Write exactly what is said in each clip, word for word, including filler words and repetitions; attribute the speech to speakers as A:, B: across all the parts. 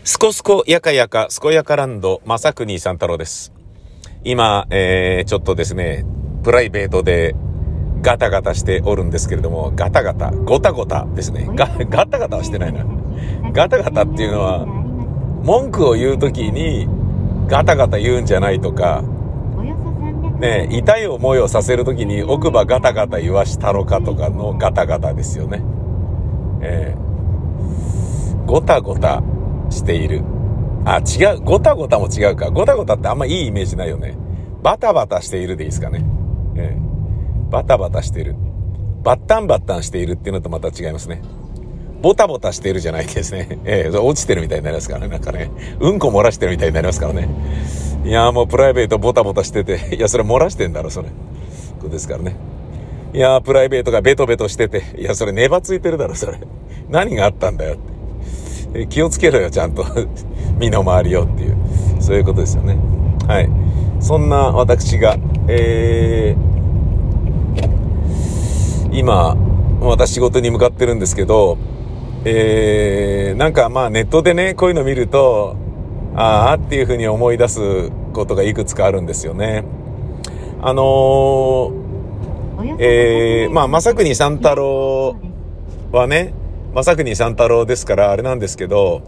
A: すこすこやかやか、すこやかランド、まさくにさん太郎です。今、えー、ちょっとですね、プライベートでガタガタしておるんですけれども、ガタガタ、ゴタゴタですね。ガ、ガタガタはしてないな。ガタガタっていうのは、文句を言うときにガタガタ言うんじゃないとか、ね、痛い思いをさせるときに奥歯ガタガタ言わしたろかとかのガタガタですよね。えー、ゴタゴタしている。あ、違う。ゴタゴタも違うか。ゴタゴタってあんまいいイメージないよね。バタバタしているでいいですかね。えー、バタバタしている。バッタンバッタンしているっていうのとまた違いますね。ボタボタしているじゃないですね。えー、落ちてるみたいになりますからね。なんかね、うんこ漏らしてるみたいになりますからね。いやーもうプライベートボタボタしてて、いやそれ漏らしてんだろ、それ。そうですからね。いやープライベートがベトベトしてて、いやそれネバついてるだろ、それ。何があったんだよって。気をつけろよちゃんと身の回りよっていうそういうことですよね。はい、そんな私が、えー、今私仕事に向かってるんですけど、えー、なんかまあネットでねこういうの見るとあーっていうふうに思い出すことがいくつかあるんですよね。あのー、えー、まあ正国三太郎はね正国三太郎ですからあれなんですけど、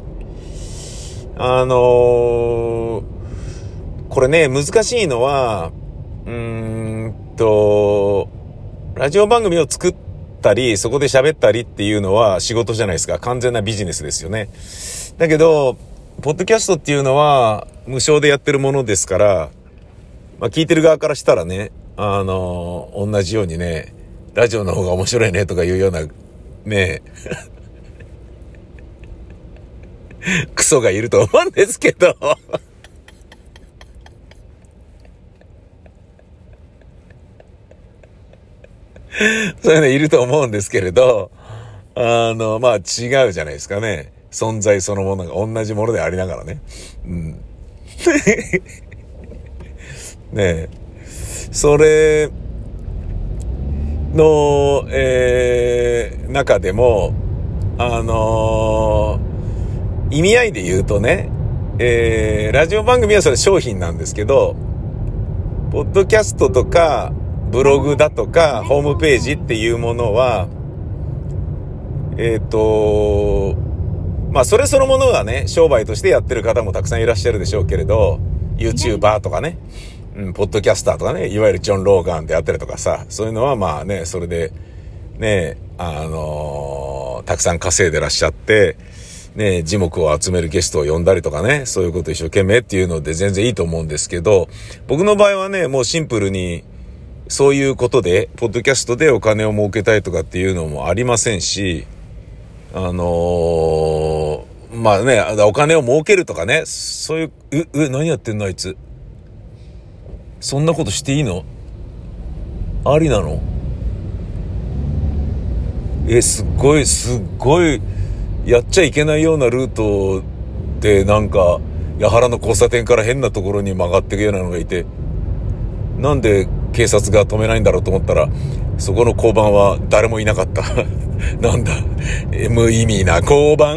A: あのー、これね難しいのはうーんとラジオ番組を作ったりそこで喋ったりっていうのは仕事じゃないですか。完全なビジネスですよね。だけどポッドキャストっていうのは無償でやってるものですから、まあ、聞いてる側からしたらねあのー、同じようにねラジオの方が面白いねとかいうようなねえクソがいると思うんですけどそういうのいると思うんですけれど、あのまあ違うじゃないですかね。存在そのものが同じものでありながらね、うんねえそれの、えー、中でもあのー、意味合いで言うとね、えー、ラジオ番組はそれ商品なんですけど、ポッドキャストとかブログだとかホームページっていうものはえっとまあそれそのものがね商売としてやってる方もたくさんいらっしゃるでしょうけれど、 YouTuber とかね、うん、ポッドキャスターとかね、いわゆるジョン・ローガンであったりとかさ、そういうのはまあねそれでねあのー、たくさん稼いでらっしゃってね、字幕を集めるゲストを呼んだりとかね、そういうこと一生懸命っていうので全然いいと思うんですけど、僕の場合はねもうシンプルにそういうことでポッドキャストでお金を儲けたいとかっていうのもありませんし、あのー、まあねお金を儲けるとかね、そういうええ何やってんのあいつ、そんなことしていいの、ありなの、えすっごいすっごいやっちゃいけないようなルートでなんか八原の交差点から変なところに曲がっていくようなのがいて、なんで警察が止めないんだろうと思ったらそこの交番は誰もいなかったなんだ無意味な交番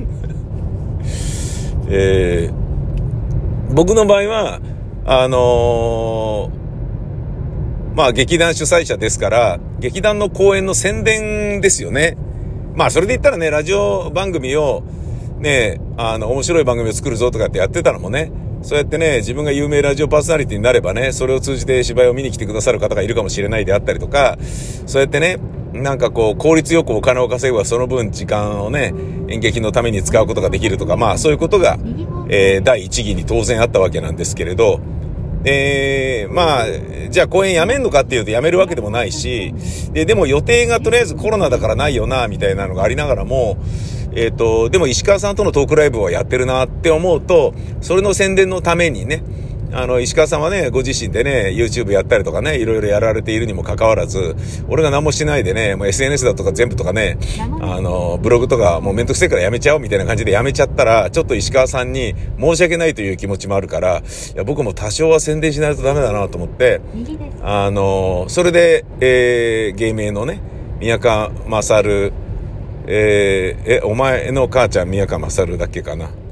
A: えー、僕の場合はあのー、まあ劇団主催者ですから劇団の公演の宣伝ですよね。まあそれで言ったらねラジオ番組をねあの面白い番組を作るぞとかってやってたのもね、そうやってね自分が有名ラジオパーソナリティになればねそれを通じて芝居を見に来てくださる方がいるかもしれないであったりとか、そうやってねなんかこう効率よくお金を稼げばその分時間をね演劇のために使うことができるとか、まあそういうことが、えー、第一義に当然あったわけなんですけれど、えー、まあじゃあ公演やめんのかっていうとやめるわけでもないし、ででも予定がとりあえずコロナだからないよなみたいなのがありながらも、えーとでも石川さんとのトークライブはやってるなって思うと、それの宣伝のためにねあの石川さんはねご自身でね YouTube やったりとかねいろいろやられているにもかかわらず、俺が何もしないでねもう エスエヌエス だとか全部とかねあのブログとかもうめんどくせえからやめちゃおうみたいな感じでやめちゃったらちょっと石川さんに申し訳ないという気持ちもあるから、いや僕も多少は宣伝しないとダメだなと思って、あのそれで、えー、芸名のね宮川勝、えー、えお前の母ちゃん宮川勝だっけかな、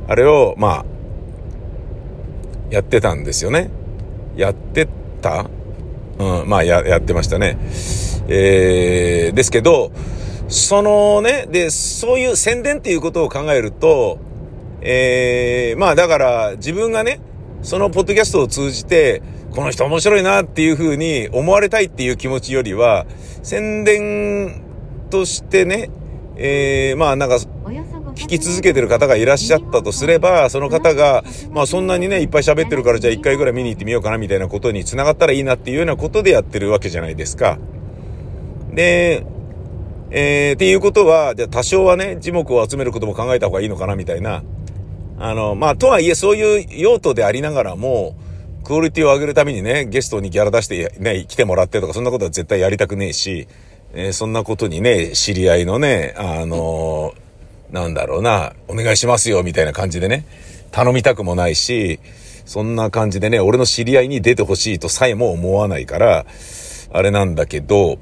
A: あれを、まあ、やってたんですよね。やってたうん、まあ、や、やってましたね。えー、ですけど、そのね、で、そういう宣伝っていうことを考えると、えー、まあだから自分がね、そのポッドキャストを通じて、この人面白いなっていう風に思われたいっていう気持ちよりは、宣伝としてね、えー、まあなんか、聞き続けてる方がいらっしゃったとすれば、その方が、まあそんなにね、いっぱい喋ってるからじゃあ一回ぐらい見に行ってみようかなみたいなことに繋がったらいいなっていうようなことでやってるわけじゃないですか。で、えー、っていうことは、じゃあ多少はね、字幕を集めることも考えた方がいいのかなみたいな。あの、まあ、とはいえそういう用途でありながらも、クオリティを上げるためにね、ゲストにギャラ出してね、来てもらってとか、そんなことは絶対やりたくねえし、えー、そんなことにね、知り合いのね、あのー、なんだろうな、お願いしますよみたいな感じでね、頼みたくもないし、そんな感じでね、俺の知り合いに出てほしいとさえも思わないから、あれなんだけど、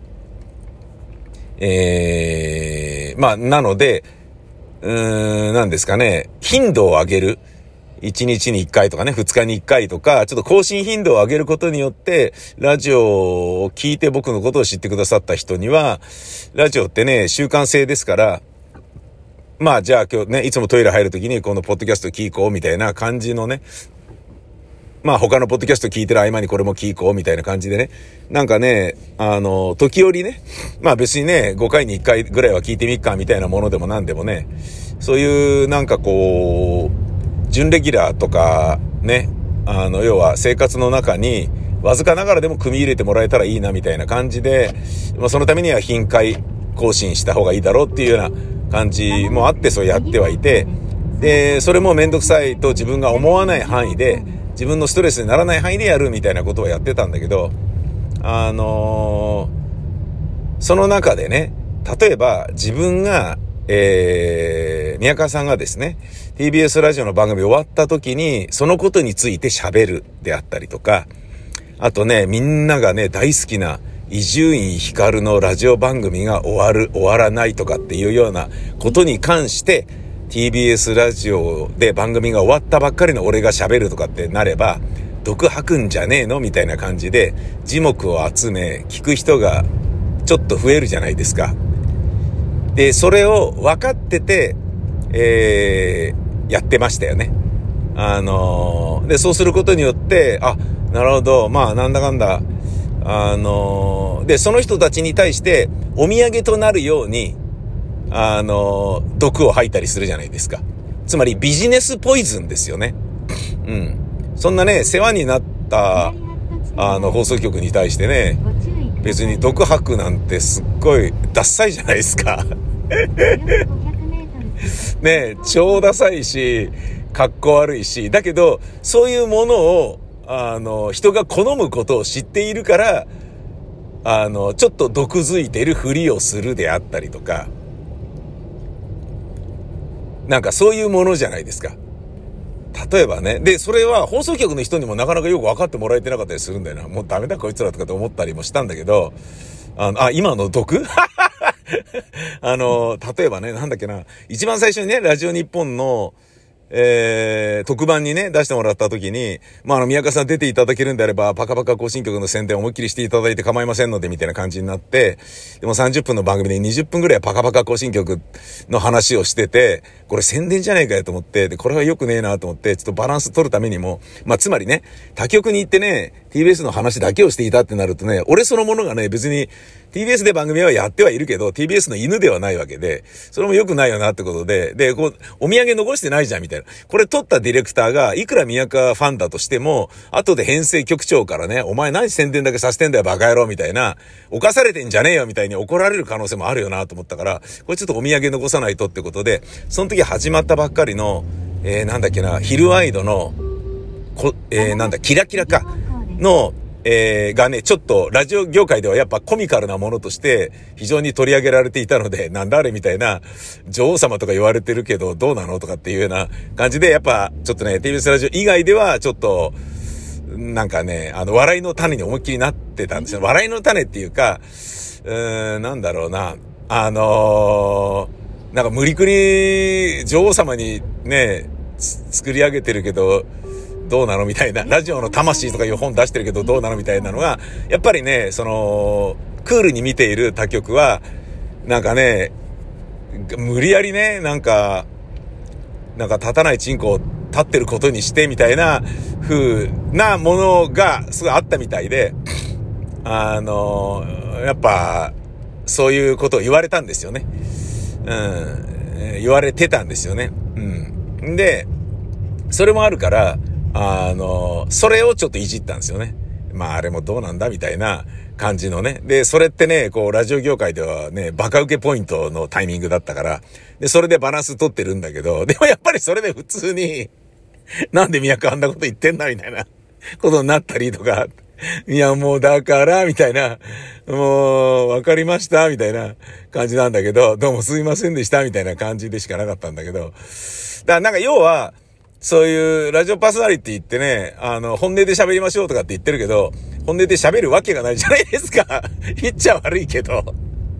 A: えー、まあ、なので、うーん、なんですかね、頻度を上げる。いちにちにいっかいとかね、ふつかにいっかいとか、ちょっと更新頻度を上げることによって、ラジオを聞いて僕のことを知ってくださった人には、ラジオってね、習慣性ですから、まあ、じゃあ今日ね、いつもトイレ入るときにこのポッドキャスト聞こうみたいな感じのね、まあ他のポッドキャスト聞いてる合間にこれも聞こうみたいな感じでね。なんかね、あの、時折ね、まあ別にね、ごかいにいっかいぐらいは聞いてみっかみたいなものでもなんでもね、そういうなんかこう、準レギュラーとかね、あの、要は生活の中にわずかながらでも組み入れてもらえたらいいなみたいな感じで、まあそのためには頻回更新した方がいいだろうっていうような感じもあってそうやってはいて、で、それもめんどくさいと自分が思わない範囲で、自分のストレスにならない範囲でやるみたいなことをやってたんだけど、あのー、その中でね、例えば自分が、えー、宮川さんがですね、ティービーエス ラジオの番組終わった時に、そのことについて喋るであったりとか、あとね、みんながね、大好きな伊集院光のラジオ番組が終わる、終わらないとかっていうようなことに関して、ティービーエス ラジオで番組が終わったばっかりの俺が喋るとかってなれば、毒吐くんじゃねえのみたいな感じで、字幕を集め、聞く人がちょっと増えるじゃないですか。で、それを分かってて、えー、やってましたよね。あのー、で、そうすることによって、あ、なるほど、まあ、なんだかんだ、あのー、で、その人たちに対して、お土産となるように、あの、毒を吐いたりするじゃないですか。つまりビジネスポイズンですよね。うん。そんなね、世話になった、あの、放送局に対してね、別に毒吐くなんてすっごいダッサいじゃないですか。ね、超ダサいし、かっこ悪いし、だけど、そういうものを、あの、人が好むことを知っているから、あの、ちょっと毒づいてるふりをするであったりとか、なんかそういうものじゃないですか。例えばね。で、それは放送局の人にもなかなかよく分かってもらえてなかったりするんだよな。もうダメだこいつらとかって思ったりもしたんだけど、あの、あ、今の毒あの、例えばね、なんだっけな。一番最初にね、ラジオ日本の、えー、特番にね、出してもらった時に、まあ、あの、宮川さん出ていただけるんであれば、パカパカ更新曲の宣伝を思いっきりしていただいて構いませんので、みたいな感じになって、でもさんじゅっぷんの番組でにじゅっぷんぐらいはパカパカ更新曲の話をしてて、これ宣伝じゃないかよと思って、で、これは良くねえなと思って、ちょっとバランス取るためにも、まあ、つまりね、他局に行ってね、ティービーエス の話だけをしていたってなるとね、俺そのものがね、別に、ティービーエス で番組はやってはいるけど、ティービーエス の犬ではないわけで、それも良くないよなってことで、で、こう、お土産残してないじゃんみたいな。これ撮ったディレクターが、いくら宮川ファンだとしても、後で編成局長からね、お前何宣伝だけさせてんだよバカ野郎みたいな、犯されてんじゃねえよみたいに怒られる可能性もあるよなと思ったから、これちょっとお土産残さないとってことで、その時始まったばっかりの、えー、なんだっけな、ヒルアイドの、こ、えー、なんだ、キラキラか、の、えー、がね、ちょっとラジオ業界ではやっぱコミカルなものとして非常に取り上げられていたので、なんだあれみたいな、女王様とか言われてるけどどうなのとかっていうような感じで、やっぱちょっとね、ティービーエス ラジオ以外ではちょっと、なんかね、あの、笑いの種に思いっきりなってたんですよ。笑いの種っていうか、うーん、なんだろうな、あのー、なんか無理くり女王様にね、 作り上げてるけど、どうなのみたいな、ラジオの魂とかいう本出してるけどどうなのみたいなのが、やっぱりね、その、クールに見ている他局は、なんかね、無理やりね、なんか、なんか立たないチンコを立ってることにしてみたいな風なものがすごいあったみたいで、あの、やっぱ、そういうことを言われたんですよね。うん。言われてたんですよね。うん。で、それもあるから、あの、それをちょっといじったんですよね。まああれもどうなんだみたいな感じのね。で、それってね、こう、ラジオ業界ではね、バカ受けポイントのタイミングだったから、で、それでバランス取ってるんだけど、でもやっぱりそれで普通に、なんで宮川あんなこと言ってんだみたいなことになったりとか、いやもうだから、みたいな、もう、わかりました、みたいな感じなんだけど、どうもすいませんでした、みたいな感じでしかなかったんだけど、だからなんか要は、そういうラジオパーソナリティってね、あの、本音で喋りましょうとかって言ってるけど、本音で喋るわけがないじゃないですか。言っちゃ悪いけど。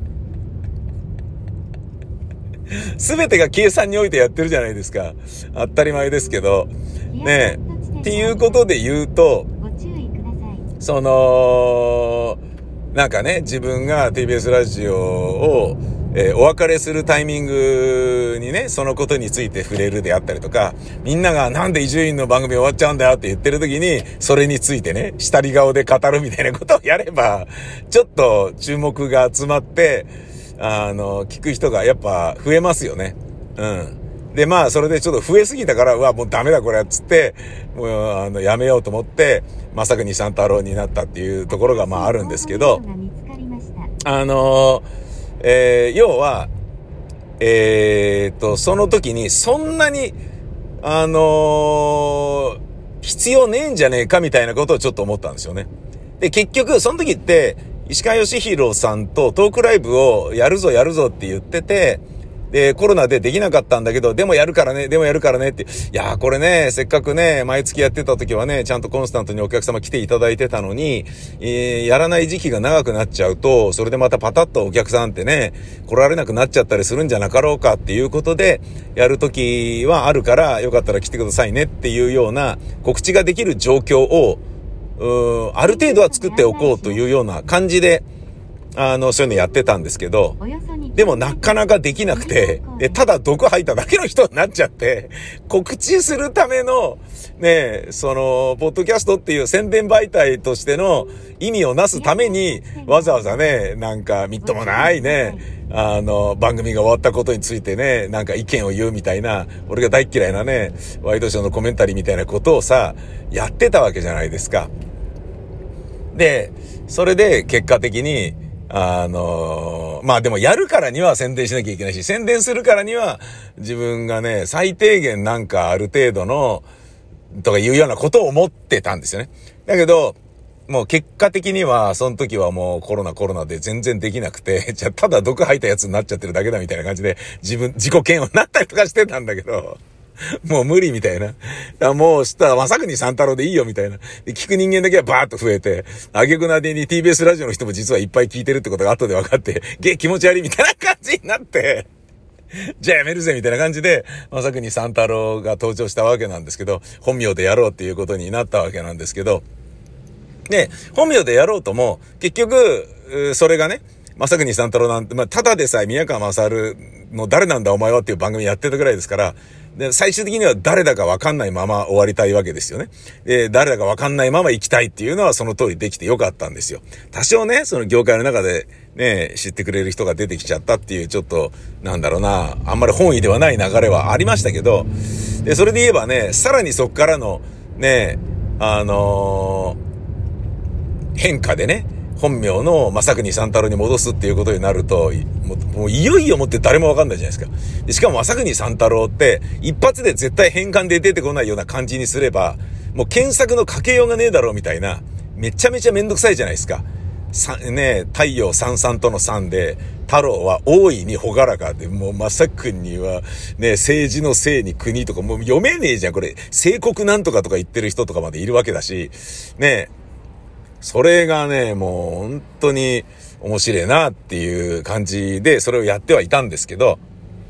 A: すべてが計算においてやってるじゃないですか。当たり前ですけど。ねえ。っていうことで言うと、その、なんかね、自分が ティービーエス ラジオを、えー、お別れするタイミングにね、そのことについて触れるであったりとか、みんながなんで伊集院の番組終わっちゃうんだよって言ってる時に、それについてね、下り顔で語るみたいなことをやれば、ちょっと注目が集まって、あの、聞く人がやっぱ増えますよね。うん。で、まあ、それでちょっと増えすぎたから、うわ、もうダメだこれっつって、もう、あの、やめようと思って、正国三太郎になったっていうところがまああるんですけど、あの、えー、要は、えー、っと、その時にそんなに、あのー、必要ねえんじゃねえかみたいなことをちょっと思ったんですよね。で、結局、その時って、石川義弘さんとトークライブをやるぞやるぞって言ってて、で、コロナでできなかったんだけど、でもやるからね、でもやるからねって。いやーこれね、せっかくね、毎月やってた時はね、ちゃんとコンスタントにお客様来ていただいてたのに、えー、やらない時期が長くなっちゃうと、それでまたパタッとお客さんってね、来られなくなっちゃったりするんじゃなかろうかっていうことで、やる時はあるから、よかったら来てくださいねっていうような告知ができる状況を、うーん、ある程度は作っておこうというような感じで、あの、そういうのやってたんですけど、でもなかなかできなくて、で、ただ毒吐いただけの人になっちゃって、告知するための、ね、その、ポッドキャストっていう宣伝媒体としての意味をなすために、わざわざね、なんかみっともないね、あの、番組が終わったことについてね、なんか意見を言うみたいな、俺が大嫌いなね、ワイドショーのコメンタリーみたいなことをさ、やってたわけじゃないですか。で、それで結果的に、あのー、まあでもやるからには宣伝しなきゃいけないし、宣伝するからには自分がね、最低限なんかある程度の、とかいうようなことを思ってたんですよね。だけど、もう結果的には、その時はもうコロナコロナで全然できなくて、じゃあただ毒吐いたやつになっちゃってるだけだみたいな感じで、自分、自己嫌悪になったりとかしてたんだけど、もう無理みたいな。だもうしたら正国三太郎でいいよみたいな。で聞く人間だけはバーッと増えて、あげくなでに ティービーエス ラジオの人も実はいっぱい聞いてるってことが後で分かって、げ気持ち悪いみたいな感じになって、じゃあやめるぜみたいな感じで、正国三太郎が登場したわけなんですけど、本名でやろうっていうことになったわけなんですけど、で、本名でやろうとも、結局、それがね、正国三太郎なんて、まあ、ただでさえ宮川勝の誰なんだお前はっていう番組やってたぐらいですから、で、最終的には誰だかわかんないまま終わりたいわけですよね。で、誰だかわかんないまま生きたいっていうのはその通りできてよかったんですよ。多少ね、その業界の中でね、知ってくれる人が出てきちゃったっていうちょっと、なんだろうな、あんまり本意ではない流れはありましたけど、で、それで言えばね、さらにそっからの、ね、あのー、変化でね、本名の正国三太郎に戻すっていうことになると、もう、もういよいよもって誰もわかんないじゃないですか。でしかも正国三太郎って一発で絶対変換で出てこないような感じにすれば、もう検索のかけようがねえだろうみたいな、めちゃめちゃめんどくさいじゃないですか。さね、太陽さんさんとのさんで、太郎は大いにほがらかで、もう正国はね、政治の政に国とかもう読めねえじゃん。これ、聖国なんとかとか言ってる人とかまでいるわけだし、ね、それがね、もう本当に面白いなっていう感じで、それをやってはいたんですけど、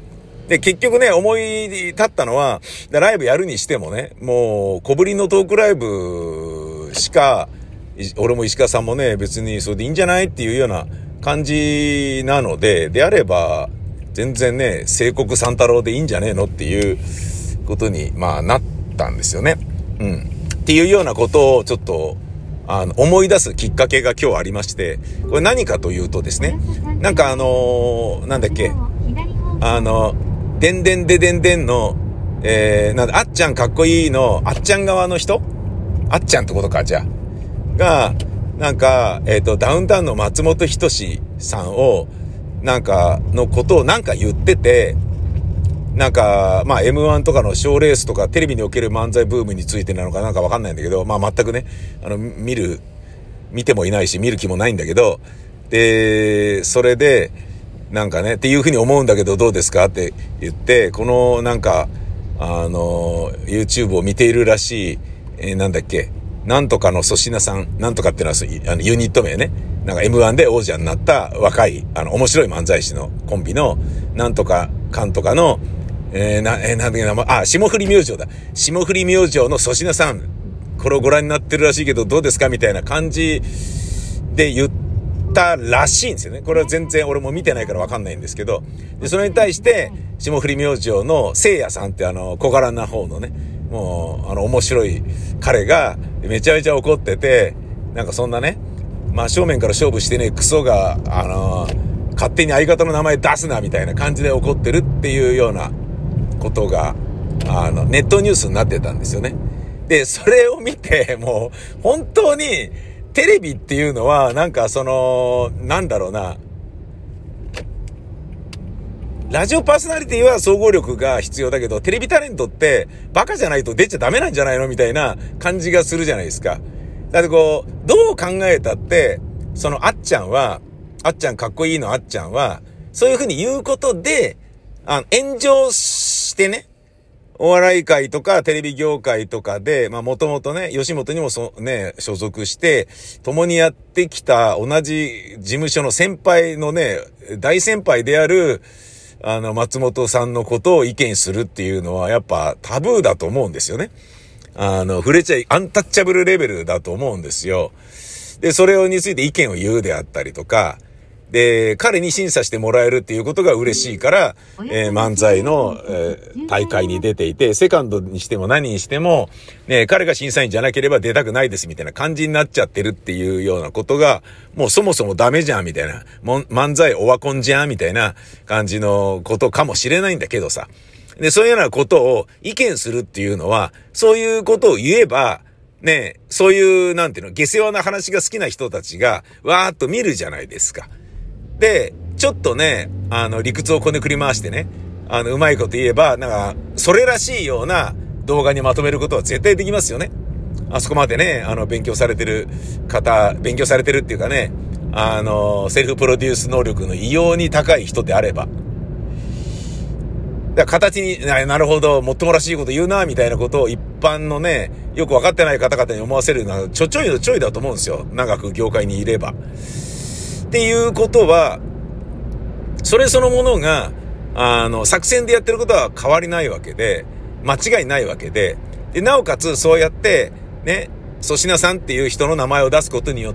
A: で、結局ね、思い立ったのは、ライブやるにしてもね、もう、小ぶりのトークライブしか、俺も石川さんもね、別にそれでいいんじゃないっていうような感じなので、であれば、全然ね、聖国三太郎でいいんじゃねえのっていうことに、まあ、なったんですよね。うん。っていうようなことをちょっと、あの、思い出すきっかけが今日ありまして、これ何かというとですね、なんかあのー、なんだっけ、あの、でんでんででんでんの、えー、なんだ、あっちゃんかっこいいの、あっちゃん側の人あっちゃんってことか、じゃあ。が、なんか、えっと、ダウンタウンの松本人志さんを、なんか、のことをなんか言ってて、なんか、まあ エムワン とかの賞レースとかテレビにおける漫才ブームについてなのかなんかわかんないんだけど、まあ全くね、あの、見る、見てもいないし見る気もないんだけど、で、それで、なんかね、っていうふうに思うんだけどどうですかって言って、このなんか、あの、YouTube を見ているらしい、えー、なんだっけ、なんとかの粗品さん、なんとかっていうのはあのユニット名ね。なんか エムワン で王者になった若い、あの、面白い漫才師のコンビの、なんとか、かんとかの、えー、な、えー、なんだっけ名前、あ、霜降り明星だ。霜降り明星の粗品さん、これをご覧になってるらしいけどどうですかみたいな感じで言ったらしいんですよね。これは全然俺も見てないからわかんないんですけど、で、それに対して、霜降り明星のせいやさんってあの、小柄な方のね、もう、あの、面白い彼がめちゃめちゃ怒ってて、なんかそんなね、真正面から勝負してね、クソが、あのー、勝手に相方の名前出すなみたいな感じで怒ってるっていうようなことが、あの、ネットニュースになってたんですよね。で、それを見て、もう、本当に、テレビっていうのは、なんかその、なんだろうな、ラジオパーソナリティは総合力が必要だけど、テレビタレントってバカじゃないと出ちゃダメなんじゃないのみたいな感じがするじゃないですか。だってこう、どう考えたって、そのあっちゃんは、あっちゃんかっこいいのあっちゃんは、そういう風に言うことで、あの、炎上してね、お笑い界とかテレビ業界とかで、まあもともとね、吉本にもそ、ね、所属して、共にやってきた同じ事務所の先輩のね、大先輩である、あの、松本さんのことを意見するっていうのはやっぱタブーだと思うんですよね。あの、触れちゃい、アンタッチャブルレベルだと思うんですよ。で、それについて意見を言うであったりとか、で、彼に審査してもらえるっていうことが嬉しいから、えー、漫才の、えー、大会に出ていて、セカンドにしても何にしても、ね、彼が審査員じゃなければ出たくないですみたいな感じになっちゃってるっていうようなことが、もうそもそもダメじゃんみたいな、も漫才オワコンじゃんみたいな感じのことかもしれないんだけどさ。で、そういうようなことを意見するっていうのは、そういうことを言えば、ね、そういう、なんていうの、下世話な話が好きな人たちが、わーっと見るじゃないですか。で、ちょっとね、あの、理屈をこねくり回してね、あの、うまいこと言えば、なんか、それらしいような動画にまとめることは絶対できますよね。あそこまでね、あの、勉強されてる方、勉強されてるっていうかね、あの、セルフプロデュース能力の異様に高い人であれば。だから形に、な, なるほど、もっともらしいこと言うな、みたいなことを一般のね、よくわかってない方々に思わせるのは、ちょちょいのちょいだと思うんですよ。長く業界にいれば。っていうことは、それそのものが、あの、作戦でやってることは変わりないわけで、間違いないわけで、で、なおかつそうやって、ね、粗品さんっていう人の名前を出すことによって、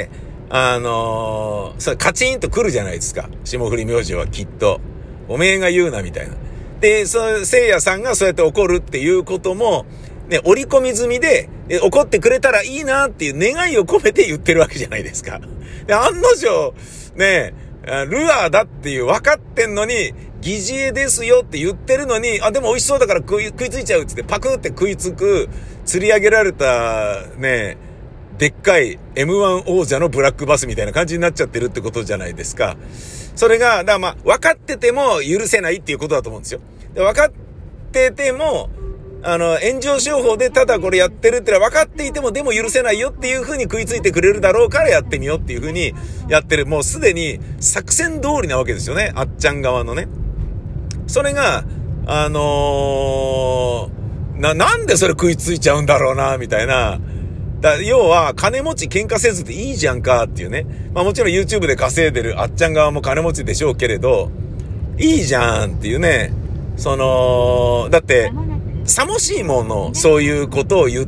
A: あのー、それカチンと来るじゃないですか。霜降り明星はきっと。おめえが言うな、みたいな。で、そう、せいやさんがそうやって怒るっていうことも、ね、折り込み済みで、で怒ってくれたらいいなっていう願いを込めて言ってるわけじゃないですか。で、案の定、ね、ルアーだっていう分かってんのに、疑似餌ですよって言ってるのに、あ、でも美味しそうだから食い、食いついちゃうっつってパクって食いつく、釣り上げられた、ね、でっかい エムワン 王者のブラックバスみたいな感じになっちゃってるってことじゃないですか。それが、だからまあ、分かってても許せないっていうことだと思うんですよ。で、分かってても、あの、炎上商法でただこれやってるってのは分かっていてもでも許せないよっていう風に食いついてくれるだろうからやってみようっていう風にやってる。もうすでに作戦通りなわけですよね。あっちゃん側のね。それが、あのー、な、なんでそれ食いついちゃうんだろうな、みたいな。だ要は、金持ち喧嘩せずでいいじゃんかっていうね。まあもちろん YouTube で稼いでるあっちゃん側も金持ちでしょうけれど、いいじゃんっていうね。 その、だって、さもしいもの、そういうことを言って、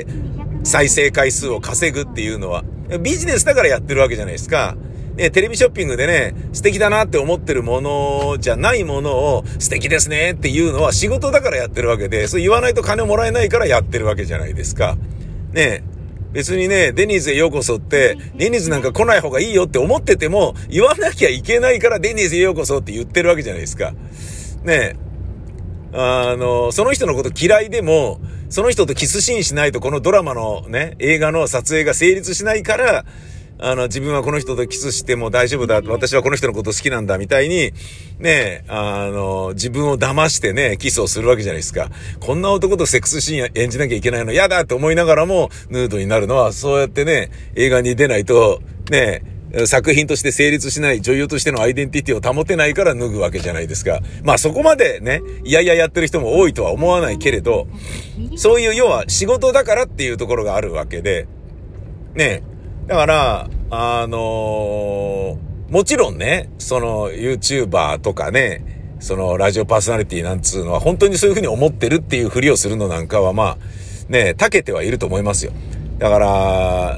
A: 再生回数を稼ぐっていうのは、ビジネスだからやってるわけじゃないですか。ね、テレビショッピングでね、素敵だなって思ってるものじゃないものを素敵ですねっていうのは仕事だからやってるわけで、そう言わないと金もらえないからやってるわけじゃないですか。ね、別にね、デニーズへようこそって、デニーズなんか来ない方がいいよって思ってても、言わなきゃいけないからデニーズへようこそって言ってるわけじゃないですか。ね、あの、その人のこと嫌いでも、その人とキスシーンしないとこのドラマのね、映画の撮影が成立しないから、あの、自分はこの人とキスしても大丈夫だ、私はこの人のこと好きなんだ、みたいに、ね、あの、自分を騙してね、キスをするわけじゃないですか。こんな男とセックスシーン演じなきゃいけないの嫌だって思いながらも、ヌードになるのは、そうやってね、映画に出ないと、ね、作品として成立しない、女優としてのアイデンティティを保てないから脱ぐわけじゃないですか。まあそこまでね、いやいややってる人も多いとは思わないけれど、そういう要は仕事だからっていうところがあるわけで、ね、だから、あのー、もちろんね、その YouTuber とかね、そのラジオパーソナリティなんつうのは本当にそういうふうに思ってるっていうふりをするのなんかはまあ、ね、長けてはいると思いますよ。だから、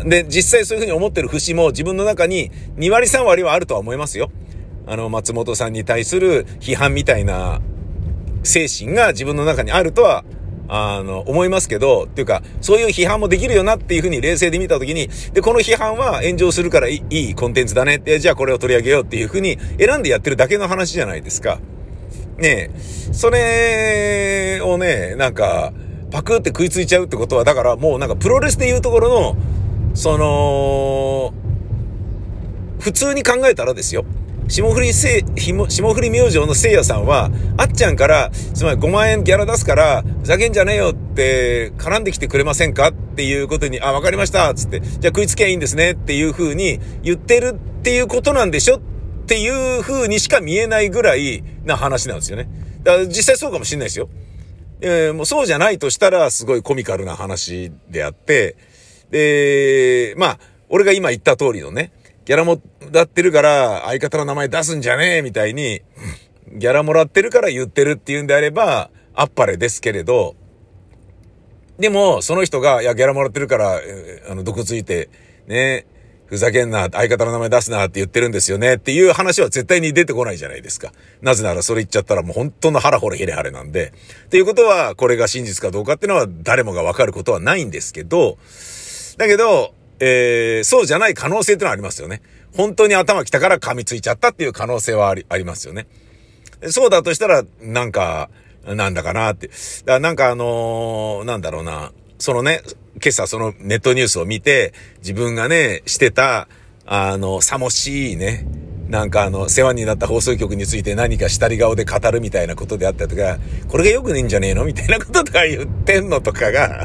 A: で、実際そういうふうに思ってる節も自分の中にに割さん割はあるとは思いますよ。あの、松本さんに対する批判みたいな精神が自分の中にあるとは、あの、思いますけど、っていうか、そういう批判もできるよなっていうふうに冷静で見たときに、で、この批判は炎上するからいい、いいコンテンツだねって、じゃあこれを取り上げようっていうふうに選んでやってるだけの話じゃないですか。ねえ、それをね、なんか、パクって食いついちゃうってことは、だからもうなんかプロレスでいうところの、その、普通に考えたらですよ。霜降りせ、霜降り明星のせいやさんは、あっちゃんから、つまりごまん円ギャラ出すから、ふざけんじゃねえよって絡んできてくれませんかっていうことに、あ、わかりましたつって、じゃあ食いつきゃいいんですねっていう風に言ってるっていうことなんでしょっていう風にしか見えないぐらいな話なんですよね。だから実際そうかもしれないですよ。えー、もうそうじゃないとしたらすごいコミカルな話であって、で、まあ、俺が今言った通りのね、ギャラもらってるから相方の名前出すんじゃねえみたいに、ギャラもらってるから言ってるっていうんであれば、あっぱれですけれど、でも、その人が、いや、ギャラもらってるから、あの、毒ついて、ね、ふざけんな、相方の名前出すなって言ってるんですよねっていう話は絶対に出てこないじゃないですか。なぜならそれ言っちゃったらもう本当のハラホレヘレハレなんで。っていうことは、これが真実かどうかっていうのは誰もがわかることはないんですけど、だけど、えー、そうじゃない可能性ってのはありますよね。本当に頭きたから噛みついちゃったっていう可能性はあり、ありますよね。そうだとしたら、なんか、なんだかなって。だからなんかあのー、なんだろうな。そのね、今朝そのネットニュースを見て、自分がね、してた、あの、さもしいね、なんかあの、世話になった放送局について何か下り顔で語るみたいなことであったりとか、これがよくねえんじゃねえのみたいなこととか言ってんのとかが、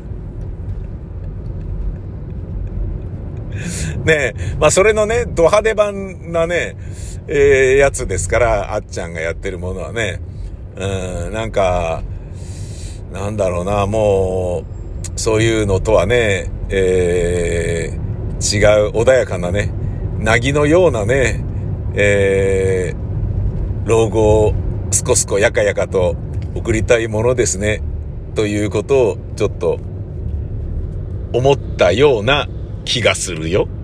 A: ねえ、まあそれのね、ド派手版なね、えー、やつですから、あっちゃんがやってるものはね、うん、なんか、なんだろうな、もう、そういうのとはね、えー、違う穏やかなね、なぎのようなね、えー、老後をすこすこやかやかと送りたいものですね、ということをちょっと思ったような気がするよ。